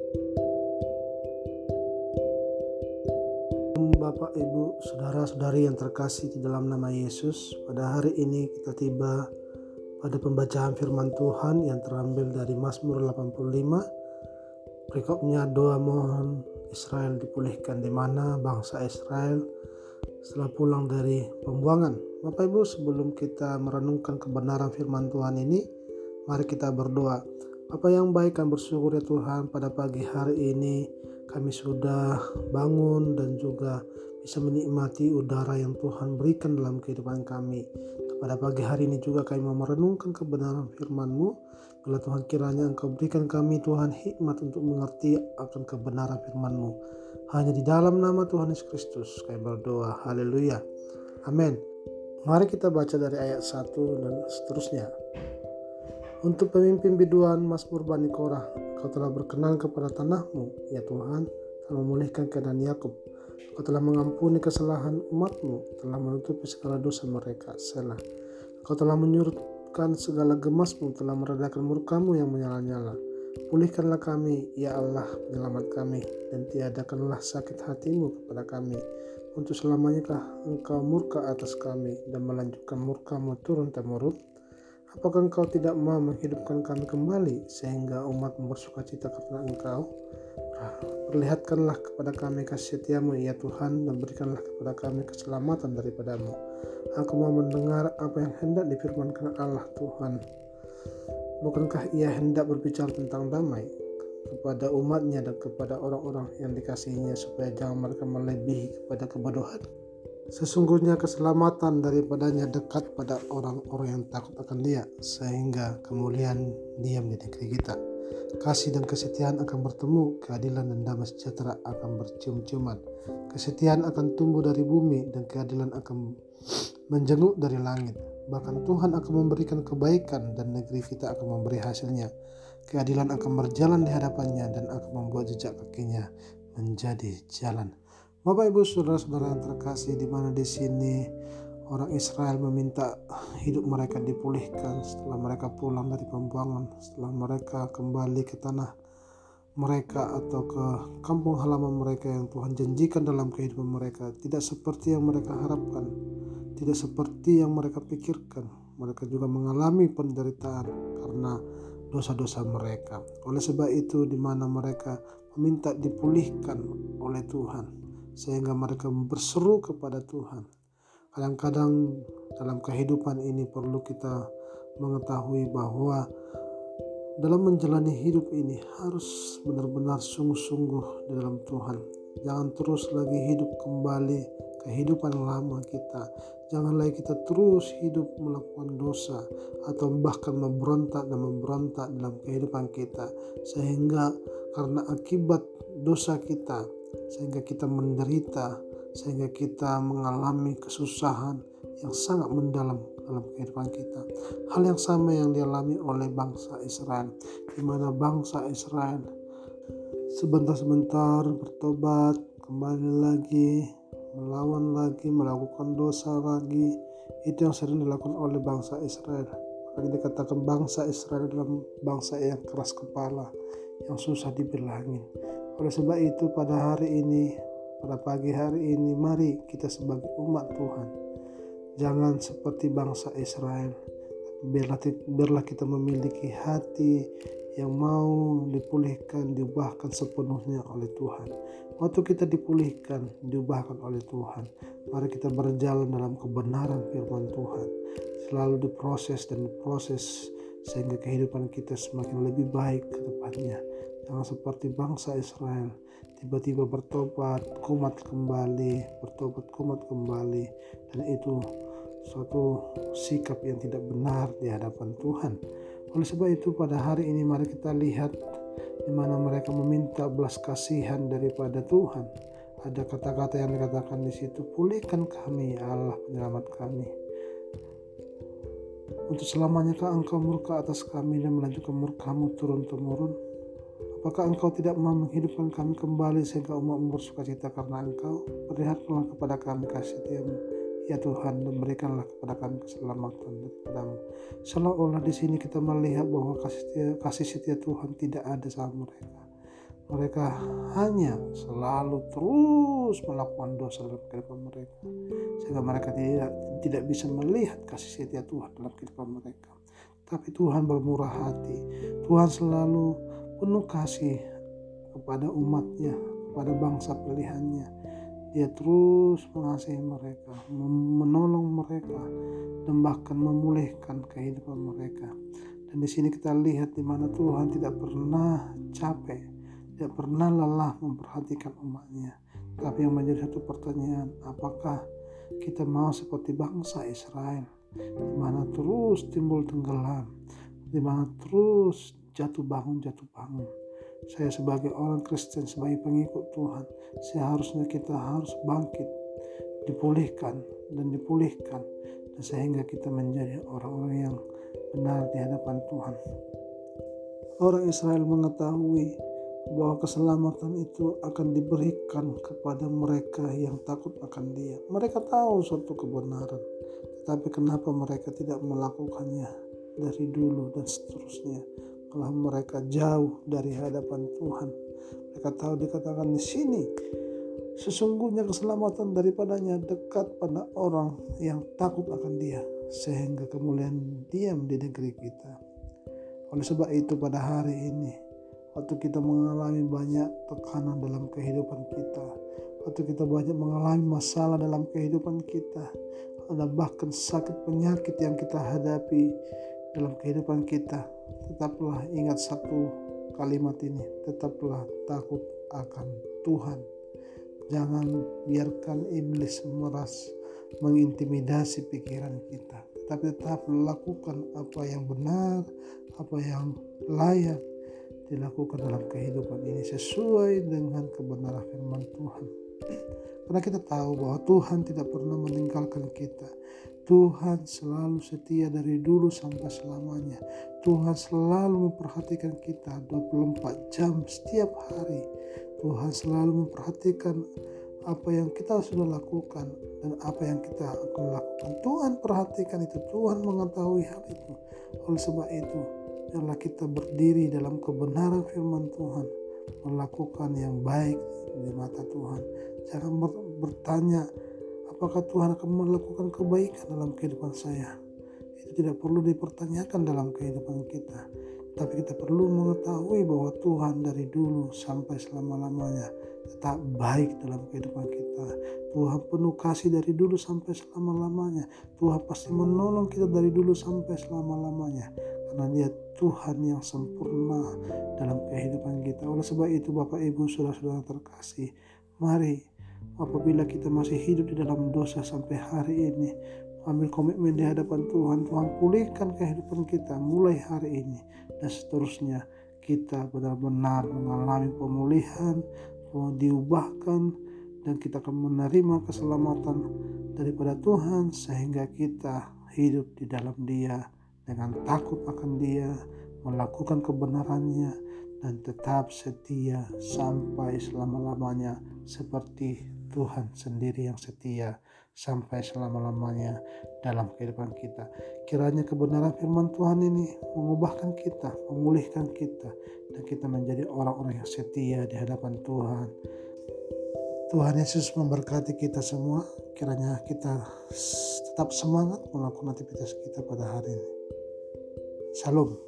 Bapak, Ibu, Saudara-saudari yang terkasih di dalam nama Yesus, pada hari ini kita tiba pada pembacaan firman Tuhan yang terambil dari Mazmur 85. Berikutnya doa mohon Israel dipulihkan, di mana bangsa Israel setelah pulang dari pembuangan. Bapak Ibu, sebelum kita merenungkan kebenaran firman Tuhan ini, mari kita berdoa. Bapa yang baik, kami bersyukur ya Tuhan, pada pagi hari ini kami sudah bangun dan juga bisa menikmati udara yang Tuhan berikan dalam kehidupan kami. Pada pagi hari ini juga kami mau merenungkan kebenaran firman-Mu. Bila Tuhan kiranya Engkau berikan kami Tuhan hikmat untuk mengerti akan kebenaran firman-Mu. Hanya di dalam nama Tuhan Yesus Kristus kami berdoa. Haleluya. Amin. Mari kita baca dari ayat 1 dan seterusnya. Untuk pemimpin biduan Mazmur Bani Korah, Kau telah berkenan kepada tanah-Mu, ya Tuhan, telah memulihkan keadaan Yakub. Kau telah mengampuni kesalahan umat-Mu, telah menutupi segala dosa mereka. Selah. Kau telah menyurutkan segala gemas-Mu, telah meredakan murka-Mu yang menyala-nyala. Pulihkanlah kami, ya Allah, penyelamat kami, dan tiadakanlah sakit hati-Mu kepada kami. Untuk selamanya Engkau murka atas kami, dan melanjutkan murka-Mu turun-temurun? Apakah Engkau tidak mau menghidupkan kami kembali, sehingga umat bersukacita karena Engkau? Perlihatkanlah kepada kami kasih setia-Mu, ya Tuhan, dan berikanlah kepada kami keselamatan daripada-Mu. Aku mau mendengar apa yang hendak difirmankan Allah Tuhan. Bukankah Ia hendak berbicara tentang damai kepada umat-Nya dan kepada orang-orang yang dikasihinya, supaya jangan mereka melebihi kepada kebodohan? Sesungguhnya keselamatan daripadanya dekat pada orang-orang yang takut akan Dia, sehingga kemuliaan diam di negeri kita. Kasih dan kesetiaan akan bertemu, keadilan dan damai sejahtera akan bercium-ciuman. Kesetiaan akan tumbuh dari bumi, dan keadilan akan menjenguk dari langit. Bahkan Tuhan akan memberikan kebaikan, dan negeri kita akan memberi hasilnya. Keadilan akan berjalan di hadapannya, dan akan membuat jejak kakinya menjadi jalan. Bapak, Ibu, Saudara-saudara yang terkasih, di mana di sini orang Israel meminta hidup mereka dipulihkan setelah mereka pulang dari pembuangan, setelah mereka kembali ke tanah mereka atau ke kampung halaman mereka yang Tuhan janjikan dalam kehidupan mereka. Tidak seperti yang mereka harapkan, tidak seperti yang mereka pikirkan. Mereka juga mengalami penderitaan karena dosa-dosa mereka. Oleh sebab itu, di mana mereka meminta dipulihkan oleh Tuhan, sehingga mereka berseru kepada Tuhan. Kadang-kadang dalam kehidupan ini perlu kita mengetahui bahwa dalam menjalani hidup ini harus benar-benar sungguh-sungguh di dalam Tuhan. Jangan terus lagi hidup kembali kehidupan lama kita. Jangan lagi kita terus hidup melakukan dosa atau bahkan memberontak dalam kehidupan kita, sehingga karena akibat dosa kita sehingga kita menderita, sehingga kita mengalami kesusahan yang sangat mendalam dalam kehidupan kita. Hal yang sama yang dialami oleh bangsa Israel, di mana bangsa Israel sebentar-sebentar bertobat, kembali lagi, melawan lagi, melakukan dosa lagi. Itu yang sering dilakukan oleh bangsa Israel. Makanya dikatakan bangsa Israel adalah bangsa yang keras kepala, yang susah dibilangin. Oleh sebab itu pada hari ini, pada pagi hari ini, mari kita sebagai umat Tuhan, jangan seperti bangsa Israel. Biarlah kita memiliki hati yang mau dipulihkan, diubahkan sepenuhnya oleh Tuhan. Waktu kita dipulihkan, diubahkan oleh Tuhan, mari kita berjalan dalam kebenaran firman Tuhan. Selalu diproses sehingga kehidupan kita semakin lebih baik ke depannya. Jangan seperti bangsa Israel, tiba-tiba bertobat, kumat kembali, dan itu suatu sikap yang tidak benar di hadapan Tuhan. Oleh sebab itu pada hari ini mari kita lihat di mana mereka meminta belas kasihan daripada Tuhan. Ada kata-kata yang dikatakan di situ, pulihkan kami ya Allah, penyelamat kami. Untuk selamanya Engkau murka atas kami dan melanjutkan murka-Mu turun-temurun? Apakah Engkau tidak mau menghidupkan kami kembali sehingga umat-Mu bersukacita karena Engkau? Perlihatkanlah kepada kami kasih setia-Mu, ya Tuhan, dan berikanlah kepada kami keselamatan daripada-Mu. Seolah-olah di sini kita melihat bahwa kasih setia Tuhan tidak ada sama mereka. Mereka hanya selalu terus melakukan dosa dalam kehidupan mereka, sehingga mereka tidak bisa melihat kasih setia Tuhan dalam kehidupan mereka. Tapi Tuhan bermurah hati. Tuhan selalu penuh kasih kepada umatnya, kepada bangsa pilihannya. Dia terus mengasihi mereka, menolong mereka, dan bahkan memulihkan kehidupan mereka. Dan di sini kita lihat di mana Tuhan tidak pernah capek, tidak pernah lelah memperhatikan umatnya. Tapi yang menjadi satu pertanyaan, apakah kita mau seperti bangsa Israel, di mana terus timbul tenggelam, di mana terus jatuh bangun. Saya sebagai orang Kristen, sebagai pengikut Tuhan, seharusnya kita harus bangkit, dipulihkan, dan sehingga kita menjadi orang-orang yang benar di hadapan Tuhan. Orang Israel mengetahui bahwa keselamatan itu akan diberikan kepada mereka yang takut akan Dia. Mereka tahu suatu kebenaran, tetapi kenapa mereka tidak melakukannya dari dulu dan seterusnya? Malah mereka jauh dari hadapan Tuhan. Mereka tahu dikatakan di sini, sesungguhnya keselamatan daripadanya dekat pada orang yang takut akan Dia, sehingga kemuliaan diam di negeri kita. Oleh sebab itu pada hari ini, waktu kita mengalami banyak tekanan dalam kehidupan kita, waktu kita banyak mengalami masalah dalam kehidupan kita, ada bahkan sakit penyakit yang kita hadapi dalam kehidupan kita, tetaplah ingat satu kalimat ini, tetaplah takut akan Tuhan. Jangan biarkan iblis mengintimidasi pikiran kita, tapi tetap lakukan apa yang benar, apa yang layak dilakukan dalam kehidupan ini sesuai dengan kebenaran firman Tuhan. Karena kita tahu bahwa Tuhan tidak pernah meninggalkan kita. Tuhan selalu setia dari dulu sampai selamanya. Tuhan selalu memperhatikan kita 24 jam setiap hari. Tuhan selalu memperhatikan apa yang kita sudah lakukan dan apa yang kita akan lakukan. Tuhan perhatikan itu, Tuhan mengetahui hal itu. Oleh sebab itu, biarlah kita berdiri dalam kebenaran firman Tuhan, melakukan yang baik di mata Tuhan. Jangan bertanya, apakah Tuhan akan melakukan kebaikan dalam kehidupan saya? Itu tidak perlu dipertanyakan dalam kehidupan kita. Tapi kita perlu mengetahui bahwa Tuhan dari dulu sampai selama-lamanya tetap baik dalam kehidupan kita. Tuhan penuh kasih dari dulu sampai selama-lamanya. Tuhan pasti menolong kita dari dulu sampai selama-lamanya. Karena Dia Tuhan yang sempurna dalam kehidupan kita. Oleh sebab itu Bapak Ibu saudara-saudara terkasih, mari apabila kita masih hidup di dalam dosa sampai hari ini, ambil komitmen di hadapan Tuhan. Tuhan pulihkan kehidupan kita mulai hari ini dan seterusnya. Kita benar-benar mengalami pemulihan, diubahkan, dan kita akan menerima keselamatan daripada Tuhan, sehingga kita hidup di dalam Dia dengan takut akan Dia, melakukan kebenarannya, dan tetap setia sampai selama-lamanya, seperti Tuhan sendiri yang setia sampai selama-lamanya dalam kehidupan kita. Kiranya kebenaran firman Tuhan ini mengubahkan kita, memulihkan kita, dan kita menjadi orang-orang yang setia di hadapan Tuhan. Tuhan Yesus memberkati kita semua. Kiranya kita tetap semangat melakukan aktivitas kita pada hari ini. Shalom.